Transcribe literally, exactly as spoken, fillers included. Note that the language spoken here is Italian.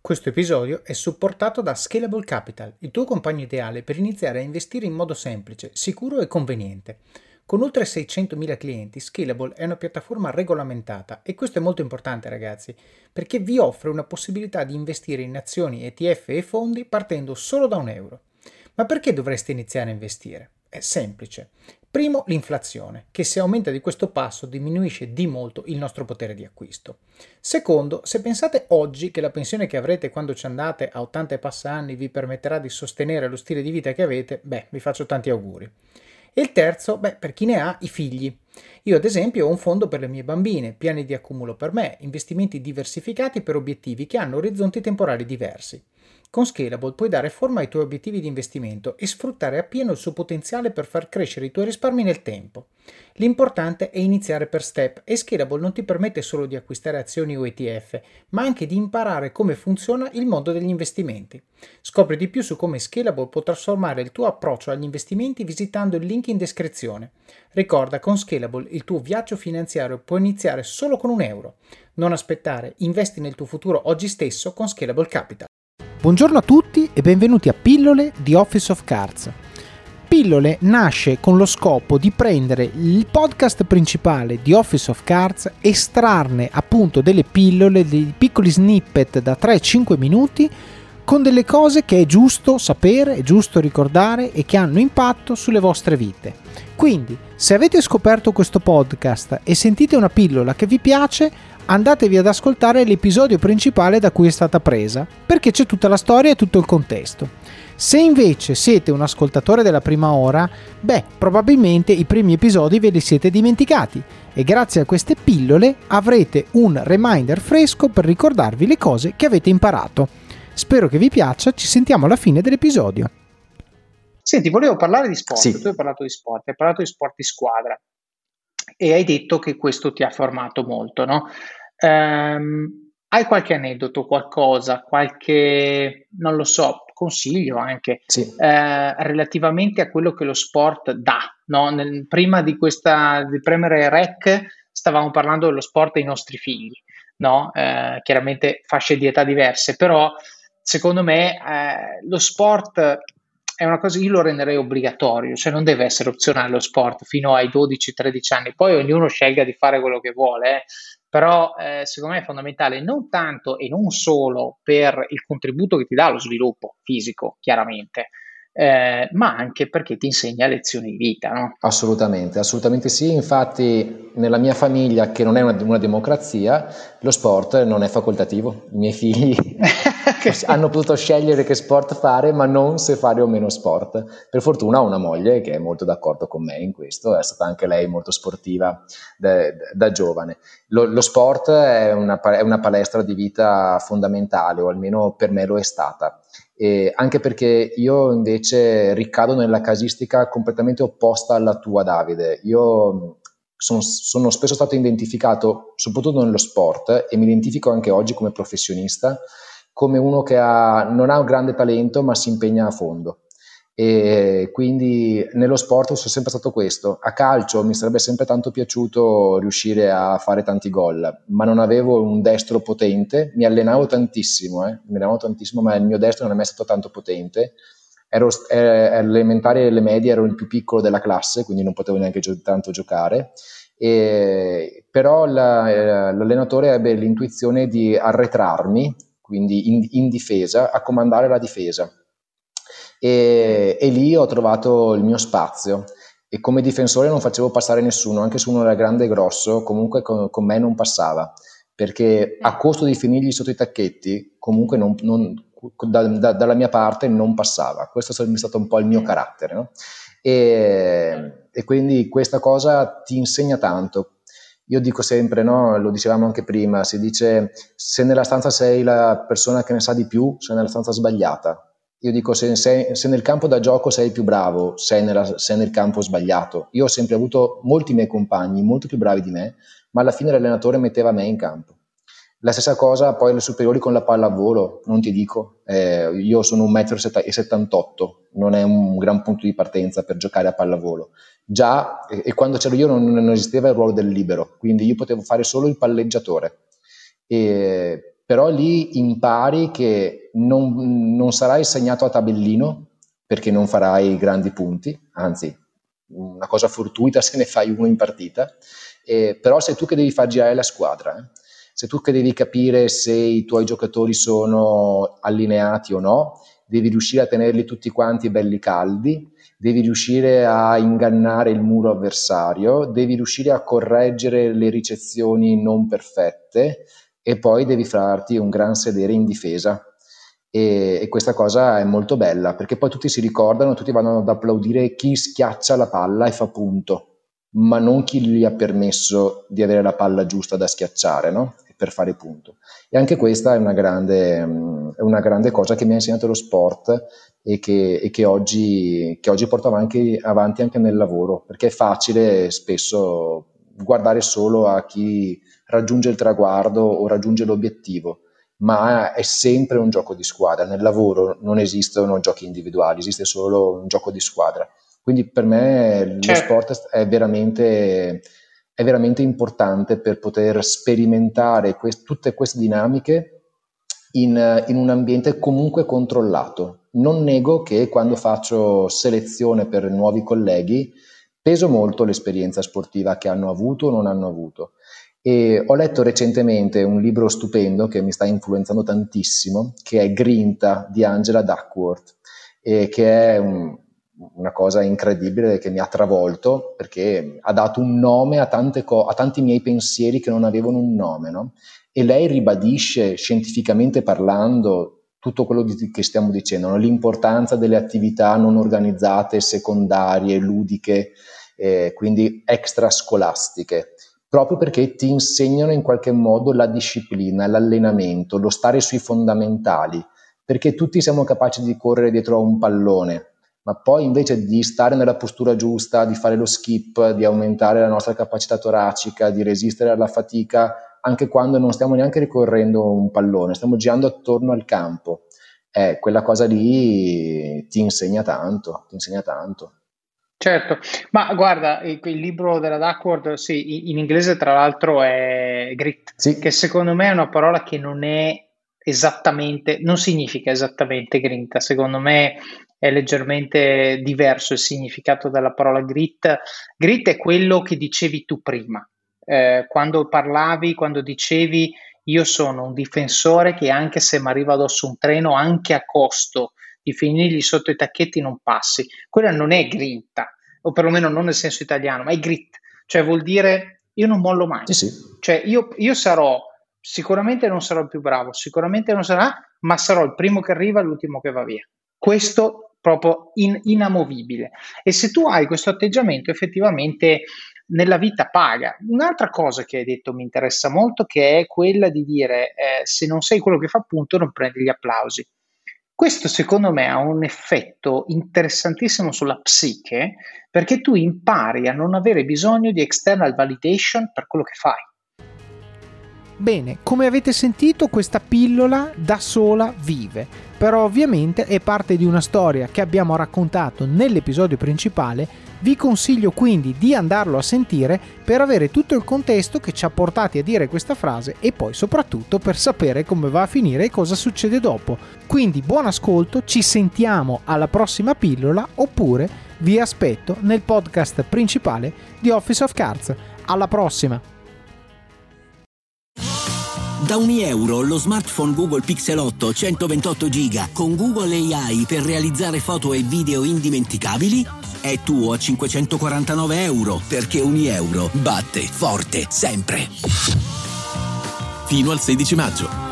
Questo episodio è supportato da Scalable Capital, il tuo compagno ideale per iniziare a investire in modo semplice, sicuro e conveniente. Con oltre seicentomila clienti, Scalable è una piattaforma regolamentata e questo è molto importante, ragazzi, perché vi offre una possibilità di investire in azioni, E T F e fondi partendo solo da un euro. Ma perché dovreste iniziare a investire? È semplice. Primo, l'inflazione, che se aumenta di questo passo diminuisce di molto il nostro potere di acquisto. Secondo, se pensate oggi che la pensione che avrete quando ci andate a ottanta e passa anni vi permetterà di sostenere lo stile di vita che avete, beh, vi faccio tanti auguri. E il terzo, beh, per chi ne ha, i figli. Io ad esempio ho un fondo per le mie bambine, piani di accumulo per me, investimenti diversificati per obiettivi che hanno orizzonti temporali diversi. Con Scalable puoi dare forma ai tuoi obiettivi di investimento e sfruttare appieno il suo potenziale per far crescere i tuoi risparmi nel tempo. L'importante è iniziare per step e Scalable non ti permette solo di acquistare azioni o E T F, ma anche di imparare come funziona il mondo degli investimenti. Scopri di più su come Scalable può trasformare il tuo approccio agli investimenti visitando il link in descrizione. Ricorda, con Scalable il tuo viaggio finanziario può iniziare solo con un euro. Non aspettare, investi nel tuo futuro oggi stesso con Scalable Capital. Buongiorno a tutti e benvenuti a Pillole di Office of Cards. Pillole nasce con lo scopo di prendere il podcast principale di Office of Cards, estrarne appunto delle pillole, dei piccoli snippet da tre cinque minuti con delle cose che è giusto sapere, è giusto ricordare e che hanno impatto sulle vostre vite. Quindi, se avete scoperto questo podcast e sentite una pillola che vi piace, andatevi ad ascoltare l'episodio principale da cui è stata presa, perché c'è tutta la storia e tutto il contesto. Se invece siete un ascoltatore della prima ora, beh, probabilmente i primi episodi ve li siete dimenticati e grazie a queste pillole avrete un reminder fresco per ricordarvi le cose che avete imparato. Spero che vi piaccia, ci sentiamo alla fine dell'episodio. Senti, volevo parlare di sport, Sì. tu hai parlato di sport, hai parlato di sport di squadra e hai detto che questo ti ha formato molto, no? Ehm, hai qualche aneddoto, qualcosa, qualche, non lo so, consiglio anche Sì. eh, relativamente a quello che lo sport dà, no? Nel- prima di questa, di premere rec, stavamo parlando dello sport ai nostri figli, no? Eh, chiaramente fasce di età diverse, però secondo me eh, lo sport è una cosa, io lo renderei obbligatorio, cioè non deve essere opzionale lo sport fino ai dodici tredici anni, poi ognuno scelga di fare quello che vuole, eh. Però eh, secondo me è fondamentale non tanto e non solo per il contributo che ti dà allo sviluppo fisico, chiaramente, eh, ma anche perché ti insegna lezioni di vita, no? Assolutamente, assolutamente sì. Infatti nella mia famiglia, che non è una, una democrazia, lo sport non è facoltativo. I miei figli hanno potuto scegliere che sport fare, ma non se fare o meno sport. Per fortuna ho una moglie che è molto d'accordo con me in questo, è stata anche lei molto sportiva da, da giovane. Lo, lo sport è una, è una palestra di vita fondamentale, o almeno per me lo è stata. E anche perché io invece ricado nella casistica completamente opposta alla tua, Davide. Io sono, sono spesso stato identificato, soprattutto nello sport, e mi identifico anche oggi come professionista, come uno che ha, non ha un grande talento ma si impegna a fondo. E quindi nello sport sono sempre stato questo. A calcio mi sarebbe sempre tanto piaciuto riuscire a fare tanti gol, ma non avevo un destro potente. Mi allenavo tantissimo, eh? mi allenavo tantissimo, ma il mio destro non è mai stato tanto potente. Ero eh, elementari e le medie, ero il più piccolo della classe, quindi non potevo neanche gio- tanto giocare. E, però la, eh, l'allenatore ebbe l'intuizione di arretrarmi, quindi in, in difesa, a comandare la difesa. E, e lì ho trovato il mio spazio e come difensore non facevo passare nessuno, anche se uno era grande e grosso, comunque con, con me non passava, perché a costo di finirgli sotto i tacchetti, comunque non, non, da, da, dalla mia parte non passava. Questo sarebbe stato un po' il mio carattere, no? E, e quindi questa cosa ti insegna tanto. Io dico sempre, no? Lo dicevamo anche prima, si dice se nella stanza sei la persona che ne sa di più, sei nella stanza sbagliata. Io dico se, se, se nel campo da gioco sei il più bravo, sei, nella, sei nel campo sbagliato. Io ho sempre avuto molti miei compagni molto più bravi di me, ma alla fine l'allenatore metteva me in campo. La stessa cosa poi alle superiori con la pallavolo, non ti dico, eh, io sono un metro e settantotto, non è un gran punto di partenza per giocare a pallavolo. Già, e, e quando c'ero io non, non esisteva il ruolo del libero, quindi io potevo fare solo il palleggiatore. E però lì impari che non, non sarai segnato a tabellino perché non farai grandi punti, anzi una cosa fortuita se ne fai uno in partita, eh, però sei tu che devi far girare la squadra, eh. sei tu che devi capire se i tuoi giocatori sono allineati o no, devi riuscire a tenerli tutti quanti belli caldi, devi riuscire a ingannare il muro avversario, devi riuscire a correggere le ricezioni non perfette e poi devi farti un gran sedere in difesa. E, e questa cosa è molto bella perché poi tutti si ricordano, tutti vanno ad applaudire chi schiaccia la palla e fa punto, ma non chi gli ha permesso di avere la palla giusta da schiacciare, no? Per fare punto. E anche questa è una grande, è una grande cosa che mi ha insegnato lo sport e che, e che, oggi, che oggi porto avanti, avanti anche nel lavoro, perché è facile spesso guardare solo a chi raggiunge il traguardo o raggiunge l'obiettivo, ma è sempre un gioco di squadra. Nel lavoro non esistono giochi individuali, esiste solo un gioco di squadra. Quindi per me certo. Lo sport è veramente, è veramente importante per poter sperimentare quest- tutte queste dinamiche in, in un ambiente comunque controllato. Non nego che quando faccio selezione per nuovi colleghi peso molto l'esperienza sportiva che hanno avuto o non hanno avuto. E ho letto recentemente un libro stupendo che mi sta influenzando tantissimo, che è Grinta di Angela Duckworth, e che è un, una cosa incredibile che mi ha travolto perché ha dato un nome a, tante co- a tanti miei pensieri che non avevano un nome, no? E lei ribadisce scientificamente parlando tutto quello di, che stiamo dicendo, no? L'importanza delle attività non organizzate, secondarie, ludiche, eh, quindi extrascolastiche, proprio perché ti insegnano in qualche modo la disciplina, l'allenamento, lo stare sui fondamentali, perché tutti siamo capaci di correre dietro a un pallone, ma poi invece di stare nella postura giusta, di fare lo skip, di aumentare la nostra capacità toracica, di resistere alla fatica, anche quando non stiamo neanche ricorrendo un pallone, stiamo girando attorno al campo, eh, quella cosa lì ti insegna tanto, ti insegna tanto. Certo, ma guarda, il, il libro della Duckworth, sì, in inglese tra l'altro è grit, sì. Che secondo me è una parola che non è esattamente, non significa esattamente grinta, secondo me è leggermente diverso il significato della parola grit. Grit è quello che dicevi tu prima, eh, quando parlavi, quando dicevi io sono un difensore che anche se mi arriva addosso un treno, anche a costo di finirgli sotto i tacchetti non passi. Quella non è grinta, o perlomeno non nel senso italiano, ma è grit, cioè vuol dire io non mollo mai. Sì, sì. Cioè io, io sarò, sicuramente non sarò il più bravo, sicuramente non sarà, ma sarò il primo che arriva e l'ultimo che va via. Questo proprio in, inamovibile. E se tu hai questo atteggiamento, effettivamente nella vita paga. Un'altra cosa che hai detto mi interessa molto, che è quella di dire eh, se non sei quello che fa punto non prendi gli applausi. Questo secondo me ha un effetto interessantissimo sulla psiche, perché tu impari a non avere bisogno di external validation per quello che fai. Bene, come avete sentito, questa pillola da sola vive, però ovviamente è parte di una storia che abbiamo raccontato nell'episodio principale. Vi consiglio quindi di andarlo a sentire per avere tutto il contesto che ci ha portati a dire questa frase e poi soprattutto per sapere come va a finire e cosa succede dopo. Quindi buon ascolto, ci sentiamo alla prossima pillola oppure vi aspetto nel podcast principale di Office of Cards. Alla prossima! Da un euro lo smartphone Google Pixel otto centoventotto giga con Google A I per realizzare foto e video indimenticabili è tuo a cinquecentoquarantanove euro, perché un euro batte forte sempre. Fino al sedici maggio.